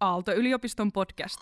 Aalto-yliopiston podcast.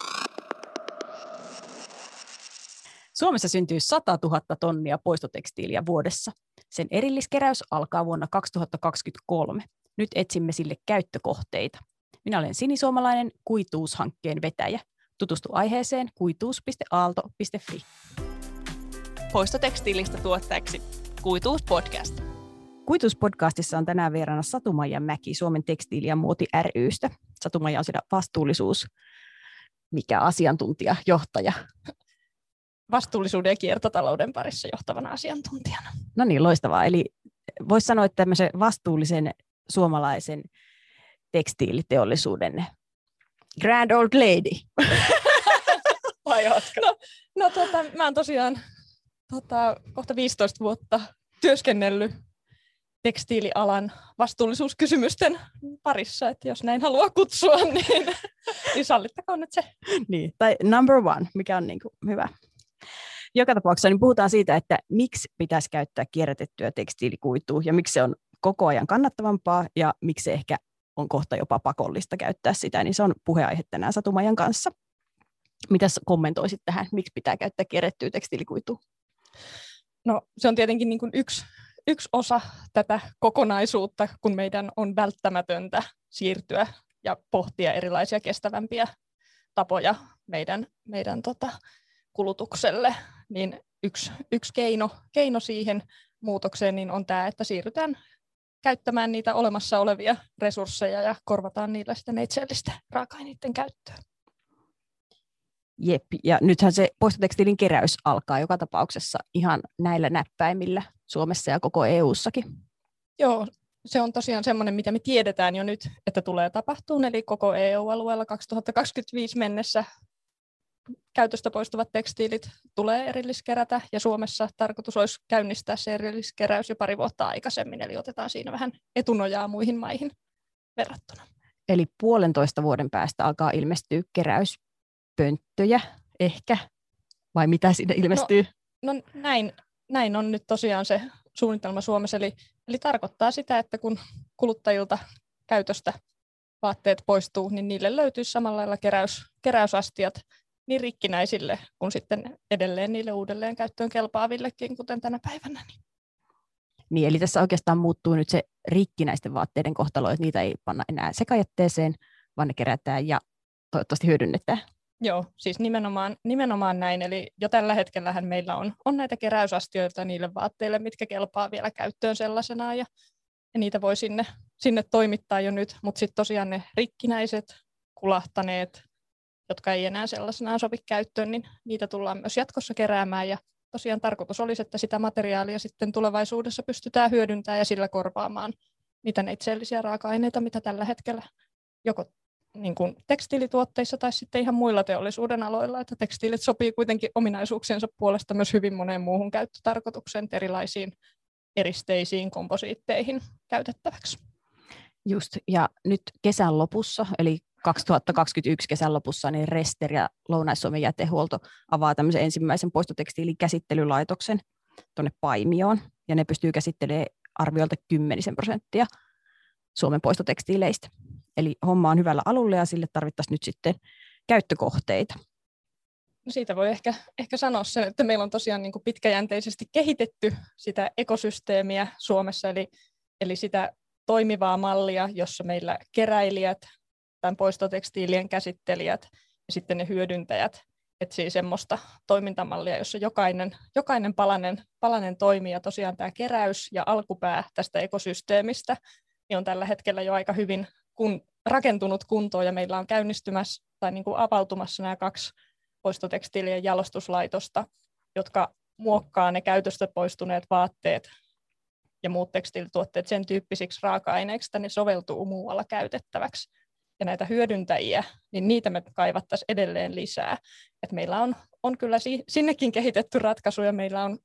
Suomessa syntyy 100 000 tonnia poistotekstiiliä vuodessa. Sen erilliskeräys alkaa vuonna 2023. Nyt etsimme sille käyttökohteita. Minä olen sinisuomalainen Kuituus-hankkeen vetäjä. Tutustu aiheeseen kuituus.aalto.fi. Poistotekstiilistä tuottajaksi Kuituus podcast. Kuituus-podcastissa on tänään vieraana Satu-Maija Mäki Suomen tekstiili- ja muoti ry:stä. Satu-Maija on siellä vastuullisuus, asiantuntija, johtaja. Vastuullisuuden ja kiertotalouden parissa johtavana asiantuntijana. No niin, loistavaa. Eli voisi sanoa, että tämmöisen vastuullisen suomalaisen tekstiiliteollisuuden grand old lady. Vai ootko? Mä oon tosiaan kohta 15 vuotta työskennellyt tekstiilialan vastuullisuuskysymysten parissa, että jos näin haluaa kutsua, niin sallittakoon nyt se. Niin, tai number one, mikä on niin kuin hyvä. Joka tapauksessa niin puhutaan siitä, että miksi pitäisi käyttää kierrätettyä tekstiilikuitua ja miksi se on koko ajan kannattavampaa ja miksi se ehkä on kohta jopa pakollista käyttää sitä, niin se on puheenaihe tänään Satu-Maijan kanssa. Mitäs kommentoisit tähän, miksi pitää käyttää kierrätettyä tekstiilikuitua? No se on tietenkin niin kuin yksi osa tätä kokonaisuutta, kun meidän on välttämätöntä siirtyä ja pohtia erilaisia kestävämpiä tapoja meidän kulutukselle, niin yksi keino siihen muutokseen niin on tämä, että siirrytään käyttämään niitä olemassa olevia resursseja ja korvataan niillä sitä neitseellistä raaka-aineiden käyttöä. Jep, ja nythän se poistotekstiilin keräys alkaa joka tapauksessa ihan näillä näppäimillä Suomessa ja koko EU:ssakin. Joo, se on tosiaan semmoinen, mitä me tiedetään jo nyt, että tulee tapahtumaan, eli koko EU-alueella 2025 mennessä käytöstä poistuvat tekstiilit tulee erilliskerätä, ja Suomessa tarkoitus olisi käynnistää se erilliskeräys jo 2 vuotta aikaisemmin, eli otetaan siinä vähän etunojaa muihin maihin verrattuna. Eli 1,5 vuoden päästä alkaa ilmestyä keräyspönttöjä ehkä, vai mitä siinä ilmestyy? No näin on nyt tosiaan se suunnitelma Suomessa, eli tarkoittaa sitä, että kun kuluttajilta käytöstä vaatteet poistuu, niin niille löytyy samalla lailla keräysastiat niin rikkinäisille kuin sitten edelleen niille uudelleen käyttöön kelpaavillekin, kuten tänä päivänä. Niin, eli tässä oikeastaan muuttuu nyt se rikkinäisten vaatteiden kohtalo, että niitä ei panna enää sekajätteeseen, vaan ne kerätään ja toivottavasti hyödynnetään. Joo, siis nimenomaan näin. Eli jo tällä hetkellähän meillä on näitä keräysastioita niille vaatteille, mitkä kelpaa vielä käyttöön sellaisenaan, ja niitä voi sinne toimittaa jo nyt, mutta sitten tosiaan ne rikkinäiset, kulahtaneet, jotka ei enää sellaisenaan sovi käyttöön, niin niitä tullaan myös jatkossa keräämään, ja tosiaan tarkoitus olisi, että sitä materiaalia sitten tulevaisuudessa pystytään hyödyntämään ja sillä korvaamaan niitä neitseellisiä raaka-aineita, mitä tällä hetkellä joko niin kuin tekstiilituotteissa tai sitten ihan muilla teollisuuden aloilla, että tekstiilit sopii kuitenkin ominaisuuksiensa puolesta myös hyvin moneen muuhun käyttötarkoitukseen, erilaisiin eristeisiin, komposiitteihin käytettäväksi. Just, ja nyt kesän lopussa, eli 2021 kesän lopussa, niin Rester ja Lounais-Suomen jätehuolto avaa tämmöisen ensimmäisen poistotekstiilin käsittelylaitoksen tuonne Paimioon, ja ne pystyy käsittelemään arviolta 10% Suomen poistotekstiileistä. Eli homma on hyvällä alulla ja sille tarvittaisiin nyt sitten käyttökohteita. No siitä voi ehkä sanoa sen, että meillä on tosiaan niin kuin pitkäjänteisesti kehitetty sitä ekosysteemiä Suomessa, eli sitä toimivaa mallia, jossa meillä keräilijät, tämän poistotekstiilien käsittelijät ja sitten ne hyödyntäjät etsii semmoista toimintamallia, jossa jokainen palanen toimii, ja tosiaan tämä keräys ja alkupää tästä ekosysteemistä niin on tällä hetkellä jo aika hyvin rakentunut kuntoon, ja meillä on käynnistymässä tai niin kuin avautumassa nämä 2 poistotekstiilien jalostuslaitosta, jotka muokkaa ne käytöstä poistuneet vaatteet ja muut tekstiilituotteet sen tyyppisiksi raaka-aineiksi, että ne soveltuu muualla käytettäväksi. Ja näitä hyödyntäjiä, niin niitä me kaivattaisiin edelleen lisää. Et meillä on kyllä sinnekin kehitetty ratkaisuja. Meillä on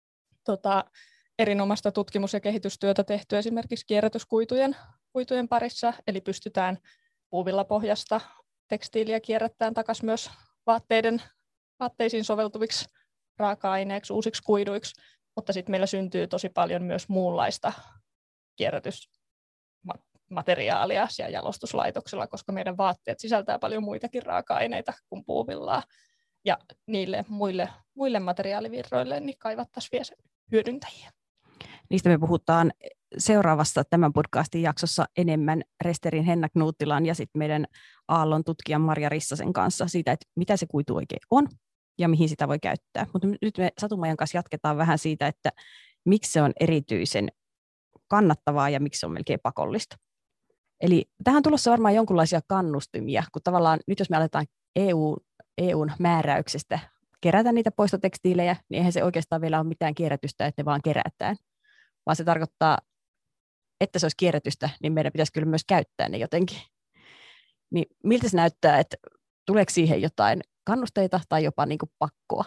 erinomaista tutkimus- ja kehitystyötä tehty esimerkiksi kierrätyskuitujen parissa, eli pystytään puuvillapohjasta tekstiiliä kierrättämään takaisin myös vaatteisiin soveltuviksi raaka-aineiksi, uusiksi kuiduiksi, mutta sitten meillä syntyy tosi paljon myös muunlaista materiaalia siellä jalostuslaitoksella, koska meidän vaatteet sisältää paljon muitakin raaka-aineita kuin puuvillaa. Ja niille muille materiaalivirroille niin kaivattaisiin vielä hyödyntäjiä. Niistä me puhutaan seuraavassa tämän podcastin jaksossa enemmän Resterin Henna Knuuttilan ja sitten meidän Aallon tutkijan Marja Rissasen kanssa siitä, että mitä se kuitu oikein on ja mihin sitä voi käyttää. Mutta nyt me Satu-Maijan kanssa jatketaan vähän siitä, että miksi se on erityisen kannattavaa ja miksi se on melkein pakollista. Eli tähän on tulossa varmaan jonkinlaisia kannustimia, kun tavallaan nyt jos me aletaan EUn määräyksestä kerätä niitä poistotekstiilejä, niin eihän se oikeastaan vielä ole mitään kierrätystä, että ne vaan kerätään. Vaan se tarkoittaa, että se olisi kierrätystä, niin meidän pitäisi kyllä myös käyttää ne jotenkin. Niin miltä se näyttää, että tuleeko siihen jotain kannusteita tai jopa niin kuin pakkoa?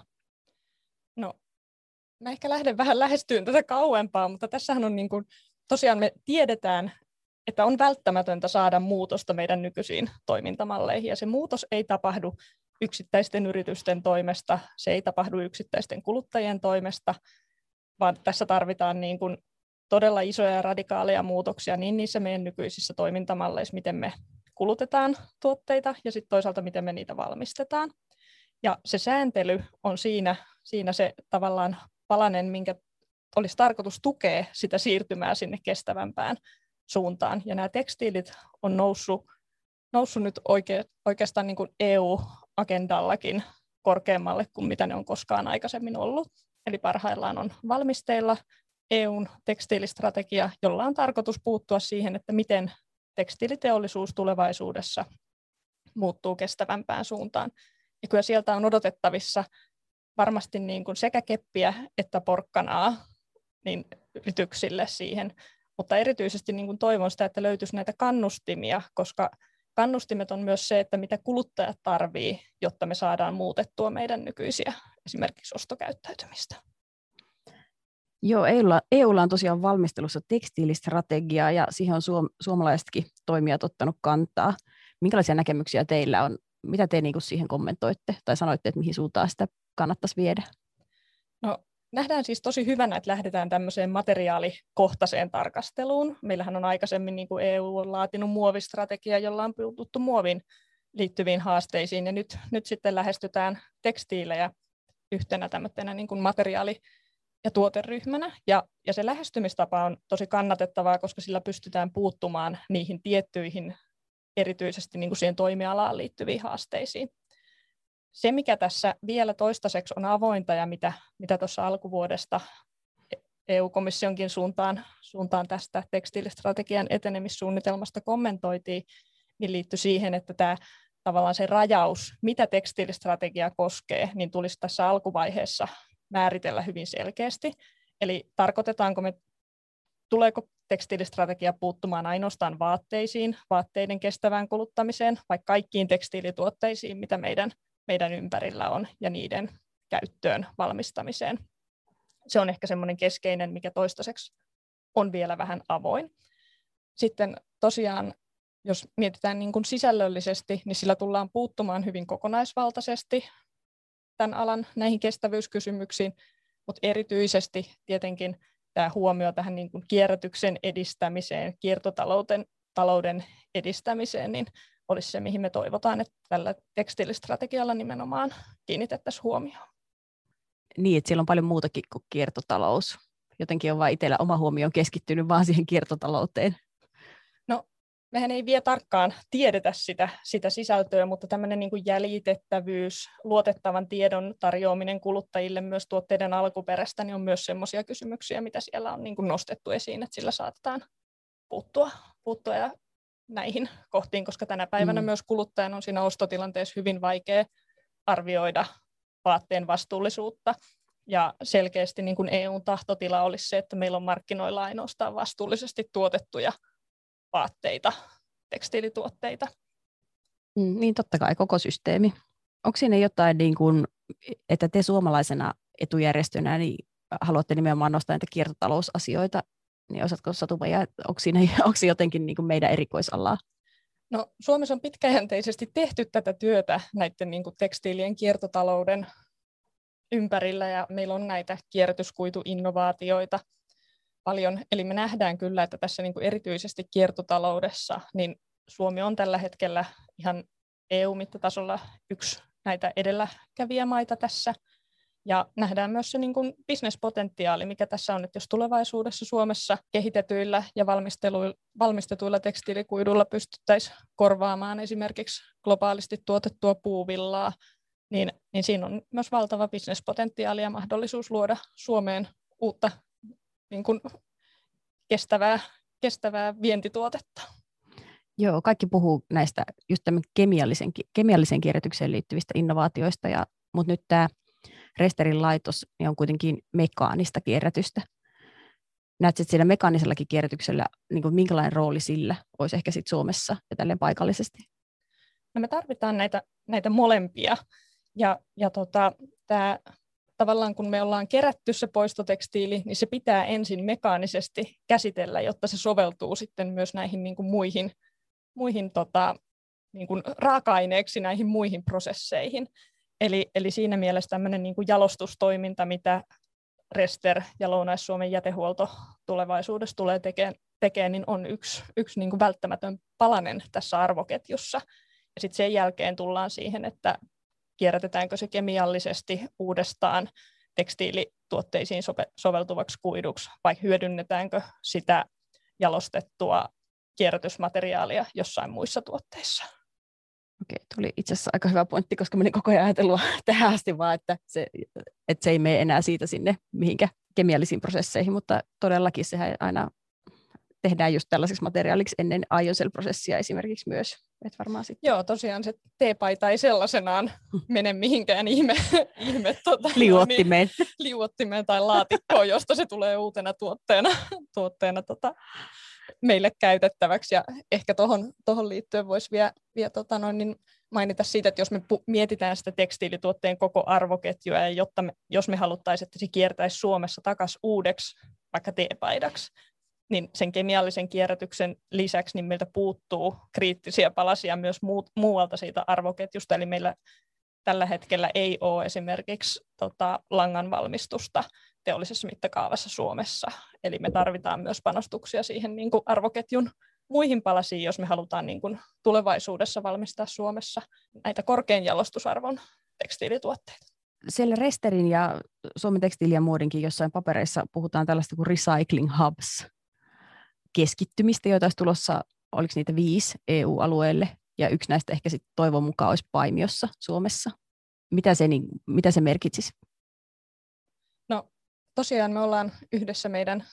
No, mä ehkä lähden vähän lähestyyn tätä kauempaa, mutta tässähän on niin kuin, tosiaan me tiedetään, että on välttämätöntä saada muutosta meidän nykyisiin toimintamalleihin, ja se muutos ei tapahdu yksittäisten yritysten toimesta, se ei tapahdu yksittäisten kuluttajien toimesta, vaan tässä tarvitaan niin kuin todella isoja ja radikaaleja muutoksia niin niissä meidän nykyisissä toimintamalleissa, miten me kulutetaan tuotteita ja sitten toisaalta miten me niitä valmistetaan. Ja se sääntely on siinä se tavallaan palanen, minkä olisi tarkoitus tukea sitä siirtymää sinne kestävämpään suuntaan. Ja nämä tekstiilit on noussut nyt oikeastaan niin kuin EU-agendallakin korkeammalle kuin mitä ne on koskaan aikaisemmin ollut. Eli parhaillaan on valmisteilla EUn tekstiilistrategia, jolla on tarkoitus puuttua siihen, että miten tekstiiliteollisuus tulevaisuudessa muuttuu kestävämpään suuntaan. Ja kyllä sieltä on odotettavissa varmasti niin kuin sekä keppiä että porkkanaa niin yrityksille siihen, mutta erityisesti niin kuin toivon sitä, että löytyisi näitä kannustimia, koska kannustimet on myös se, että mitä kuluttajat tarvii, jotta me saadaan muutettua meidän nykyisiä esimerkiksi ostokäyttäytymistä. Joo, EUlla on tosiaan valmistelussa tekstiilistrategia ja siihen on suomalaisetkin toimijat ottanut kantaa. Minkälaisia näkemyksiä teillä on? Mitä te niin kuin siihen kommentoitte tai sanoitte, että mihin suuntaan sitä kannattaisi viedä? No, nähdään siis tosi hyvänä, että lähdetään tämmöiseen materiaalikohtaiseen tarkasteluun. Meillähän on aikaisemmin niin kuin EU on laatinut muovistrategia, jolla on puututtu muoviin liittyviin haasteisiin, ja nyt sitten lähestytään tekstiilejä yhtenä tämmöisenä niin kuin materiaali- ja tuoteryhmänä. Ja se lähestymistapa on tosi kannatettavaa, koska sillä pystytään puuttumaan niihin tiettyihin, erityisesti niin kuin siihen toimialaan liittyviin haasteisiin. Se, mikä tässä vielä toistaiseksi on avointa ja mitä tuossa alkuvuodesta EU-komissionkin suuntaan tästä tekstiilistrategian etenemissuunnitelmasta kommentoitiin, niin liittyi siihen, että tämä tavallaan se rajaus, mitä tekstiilistrategia koskee, niin tulisi tässä alkuvaiheessa määritellä hyvin selkeästi. Eli tuleeko tekstiilistrategia puuttumaan ainoastaan vaatteisiin, vaatteiden kestävään kuluttamiseen, vai kaikkiin tekstiilituotteisiin, mitä meidän ympärillä on, ja niiden käyttöön valmistamiseen. Se on ehkä semmoinen keskeinen, mikä toistaiseksi on vielä vähän avoin. Sitten tosiaan, jos mietitään niin kuin sisällöllisesti, niin sillä tullaan puuttumaan hyvin kokonaisvaltaisesti tämän alan näihin kestävyyskysymyksiin, mutta erityisesti tietenkin tämä huomio tähän niin kuin kierrätyksen edistämiseen, kiertotalouden edistämiseen, niin olisi se, mihin me toivotaan, että tällä tekstiilistrategialla nimenomaan kiinnitettäisiin huomioon. Niin, että siellä on paljon muutakin kuin kiertotalous. Jotenkin on vain itsellä oma huomio keskittynyt vaan siihen kiertotalouteen. No, mehän ei vielä tarkkaan tiedetä sitä sisältöä, mutta tämmöinen niin kuin jäljitettävyys, luotettavan tiedon tarjoaminen kuluttajille myös tuotteiden alkuperästä, niin on myös semmoisia kysymyksiä, mitä siellä on niin kuin nostettu esiin, että sillä saatetaan puuttua ja näihin kohtiin, koska tänä päivänä myös kuluttajan on siinä ostotilanteessa hyvin vaikea arvioida vaatteen vastuullisuutta. Ja selkeästi niin kuin EUn tahtotila olisi se, että meillä on markkinoilla ainoastaan vastuullisesti tuotettuja vaatteita, tekstiilituotteita. Niin totta kai koko systeemi. Onko siinä jotain, niin kuin, että te suomalaisena etujärjestönä niin haluatte nimenomaan nostaa näitä kiertotalousasioita, niin osaatko Satu-Maija, onko se jotenkin niin kuin meidän erikoisalaa? No, Suomessa on pitkäjänteisesti tehty tätä työtä näiden niin kuin tekstiilien kiertotalouden ympärillä, ja meillä on näitä kierrätyskuituinnovaatioita, paljon. Eli me nähdään kyllä, että tässä niin kuin erityisesti kiertotaloudessa niin Suomi on tällä hetkellä ihan EU-mittatasolla yksi näitä edelläkävijämaita tässä. Ja nähdään myös se niin kuin bisnespotentiaali, mikä tässä on, että jos tulevaisuudessa Suomessa kehitetyillä ja valmistetuilla tekstiilikuiduilla pystyttäisiin korvaamaan esimerkiksi globaalisti tuotettua puuvillaa, niin siinä on myös valtava bisnespotentiaali ja mahdollisuus luoda Suomeen uutta niin kuin kestävää vientituotetta. Joo, kaikki puhuu näistä just tämän kemialliseen kierrätykseen liittyvistä innovaatioista, mutta nyt tämä Resterin laitos niin on kuitenkin mekaanista kierrätystä. Näetkö, että siinä mekaanisellakin kierrätyksellä, niin kuin minkälainen rooli sillä olisi ehkä sit Suomessa ja tälleen paikallisesti? No me tarvitaan näitä molempia. Tavallaan kun me ollaan kerätty se poistotekstiili, niin se pitää ensin mekaanisesti käsitellä, jotta se soveltuu sitten myös näihin niin kuin muihin niin kuin raaka-aineeksi näihin muihin prosesseihin. Eli siinä mielessä tämmöinen niin kuin jalostustoiminta, mitä Rester ja Lounais-Suomen jätehuolto tulevaisuudessa tulee tekemään, niin on yksi niin kuin välttämätön palanen tässä arvoketjussa. Ja sitten sen jälkeen tullaan siihen, että kierrätetäänkö se kemiallisesti uudestaan tekstiilituotteisiin soveltuvaksi kuiduksi, vai hyödynnetäänkö sitä jalostettua kierrätysmateriaalia jossain muissa tuotteissa. Okei, tuli itse asiassa aika hyvä pointti, koska menin koko ajan ajatellut tähän asti vaan, että se ei mene enää siitä sinne mihinkä kemiallisiin prosesseihin, mutta todellakin sehän aina tehdään just tällaisiksi materiaaliksi ennen IOCEL-prosessia esimerkiksi myös. Et varmaan sitten. Joo, tosiaan se teepaita ei sellaisenaan mene mihinkään liuottimeen tai laatikkoon, josta se tulee uutena tuotteena meille käytettäväksi. Ja ehkä tuohon liittyen voisi vielä mainita siitä, että jos me mietitään sitä tekstiilituotteen koko arvoketjua, ja jos me haluttaisiin, että se kiertäisi Suomessa takaisin uudeksi vaikka teepaidaksi, niin sen kemiallisen kierrätyksen lisäksi niin meiltä puuttuu kriittisiä palasia myös muualta siitä arvoketjusta. Eli meillä tällä hetkellä ei ole esimerkiksi langan valmistusta teollisessa mittakaavassa Suomessa. Eli me tarvitaan myös panostuksia siihen niin kuin arvoketjun muihin palasiin, jos me halutaan niin kuin tulevaisuudessa valmistaa Suomessa näitä korkean jalostusarvon tekstiilituotteita. Siellä Resterin ja Suomen tekstiili- ja muodinkin jossain papereissa puhutaan tällaista kuin recycling hubs keskittymistä, joita olisi tulossa, oliko niitä 5 EU-alueelle, ja yksi näistä ehkä sitten toivon mukaan olisi Paimiossa Suomessa. Mitä se merkitsisi? No tosiaan me ollaan yhdessä meidän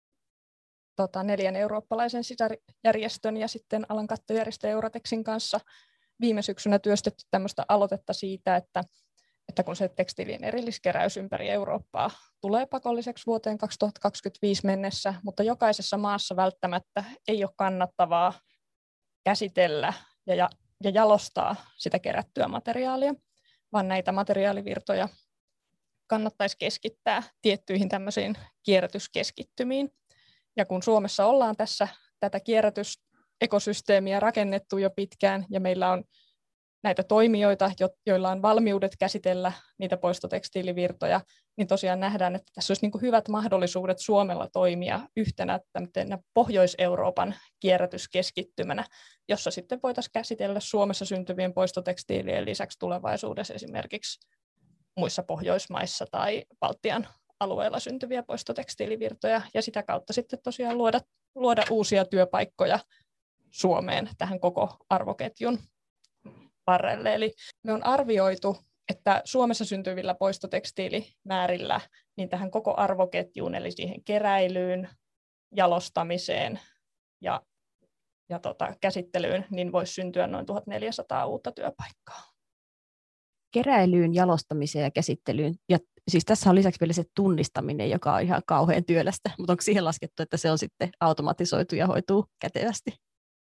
4 eurooppalaisen sisarjärjestön ja sitten alan kattojärjestö Euratexin kanssa viime syksynä työstetty tämmöistä aloitetta siitä, että kun se tekstiilien erilliskeräys ympäri Eurooppaa tulee pakolliseksi vuoteen 2025 mennessä, mutta jokaisessa maassa välttämättä ei ole kannattavaa käsitellä ja jalostaa sitä kerättyä materiaalia, vaan näitä materiaalivirtoja kannattaisi keskittää tiettyihin tämmöisiin kierrätyskeskittymiin. Ja kun Suomessa ollaan tässä tätä kierrätysekosysteemiä rakennettu jo pitkään ja meillä on näitä toimijoita, joilla on valmiudet käsitellä niitä poistotekstiilivirtoja, niin tosiaan nähdään, että tässä olisi niin kuin hyvät mahdollisuudet Suomella toimia yhtenä Pohjois-Euroopan kierrätyskeskittymänä, jossa sitten voitaisiin käsitellä Suomessa syntyvien poistotekstiilien lisäksi tulevaisuudessa esimerkiksi muissa Pohjoismaissa tai Baltian alueella syntyviä poistotekstiilivirtoja, ja sitä kautta sitten tosiaan luoda uusia työpaikkoja Suomeen tähän koko arvoketjun varrelle. Eli me on arvioitu, että Suomessa syntyvillä poistotekstiilimäärillä niin tähän koko arvoketjuun, eli siihen keräilyyn, jalostamiseen ja käsittelyyn, niin voisi syntyä noin 1400 uutta työpaikkaa. Keräilyyn, jalostamiseen ja käsittelyyn. Ja siis tässä on lisäksi vielä se tunnistaminen, joka on ihan kauhean työlästä, mutta onko siihen laskettu, että se on sitten automatisoitu ja hoituu kätevästi?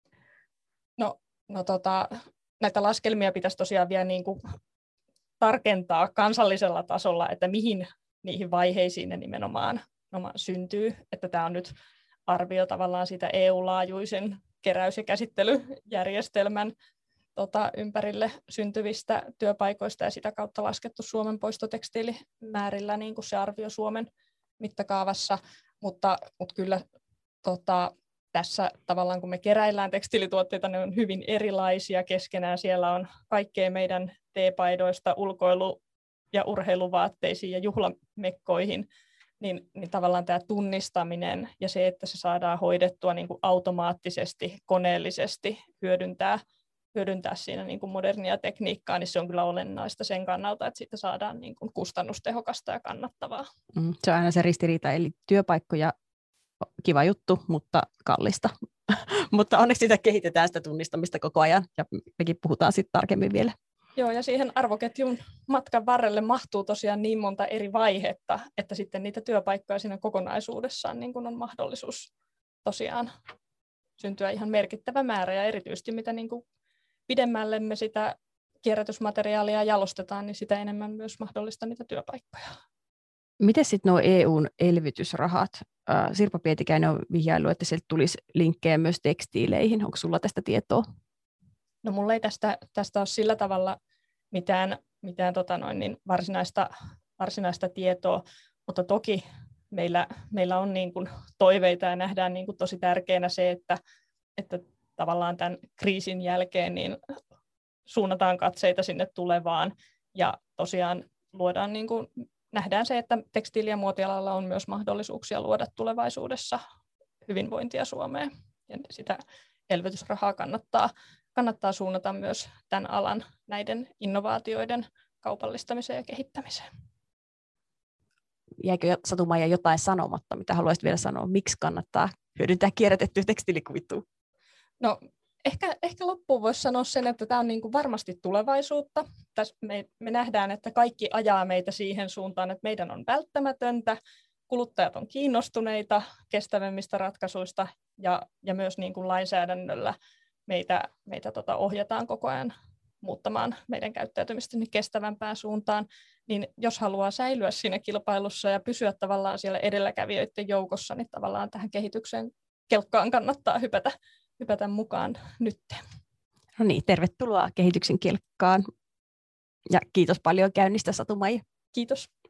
Näitä laskelmia pitäisi tosiaan vielä niin kuin tarkentaa kansallisella tasolla, että mihin niihin vaiheisiin ne nimenomaan syntyy. Että tämä on nyt arvio tavallaan siitä EU-laajuisen keräys- ja käsittelyjärjestelmän ympärille syntyvistä työpaikoista ja sitä kautta laskettu Suomen poistotekstiilimäärillä niin kuin se arvio Suomen mittakaavassa. mutta kyllä tässä tavallaan kun me keräillään tekstiilituotteita, ne on hyvin erilaisia keskenään. Siellä on kaikkea meidän teepaidoista ulkoilu- ja urheiluvaatteisiin ja juhlamekkoihin, niin tavallaan tämä tunnistaminen ja se, että se saadaan hoidettua niin kuin automaattisesti, koneellisesti, hyödyntää siinä niin kuin modernia tekniikkaa, niin se on kyllä olennaista sen kannalta, että siitä saadaan niin kuin kustannustehokasta ja kannattavaa. Se on aina se ristiriita, eli työpaikkoja kiva juttu, mutta kallista. Mutta onneksi sitä kehitetään sitä tunnistamista koko ajan, ja mekin puhutaan sitten tarkemmin vielä. Joo, ja siihen arvoketjun matkan varrelle mahtuu tosiaan niin monta eri vaihetta, että sitten niitä työpaikkoja siinä kokonaisuudessaan niin kun on mahdollisuus tosiaan syntyä ihan merkittävä määrä, ja erityisesti mitä niin kuin pidemmälle me sitä kierrätysmateriaalia jalostetaan, niin sitä enemmän myös mahdollista niitä työpaikkoja. Miten sitten nuo EUn elvytysrahat? Sirpa Pietikäinen on vihjaillut, että sieltä tulisi linkkejä myös tekstiileihin. Onko sulla tästä tietoa? No mulla ei tästä ole sillä tavalla mitään niin varsinaista tietoa, mutta toki meillä on niin kuin toiveita ja nähdään niin kuin tosi tärkeänä se, että tavallaan tämän kriisin jälkeen niin suunnataan katseita sinne tulevaan ja tosiaan nähdään se, että tekstiili- ja muotialalla on myös mahdollisuuksia luoda tulevaisuudessa hyvinvointia Suomeen. Ja sitä elvytysrahaa kannattaa suunnata myös tämän alan näiden innovaatioiden kaupallistamiseen ja kehittämiseen. Jäikö Satu-Maija jotain sanomatta, mitä haluaisit vielä sanoa? Miksi kannattaa hyödyntää kierrätettyä tekstiilikuvittua? No, ehkä loppuun voisi sanoa sen, että tämä on niin kuin varmasti tulevaisuutta. Me nähdään, että kaikki ajaa meitä siihen suuntaan, että meidän on välttämätöntä, kuluttajat on kiinnostuneita kestävämmistä ratkaisuista ja myös niin kuin lainsäädännöllä meitä ohjataan koko ajan muuttamaan meidän käyttäytymistä kestävämpään suuntaan, niin jos haluaa säilyä siinä kilpailussa ja pysyä tavallaan siellä edelläkävijöiden joukossa, niin tavallaan tähän kehityksen kelkkaan kannattaa hypätä mukaan nyt. No niin, tervetuloa kehityksen kelkkaan ja kiitos paljon käynnistä, Satu-Maija. Kiitos.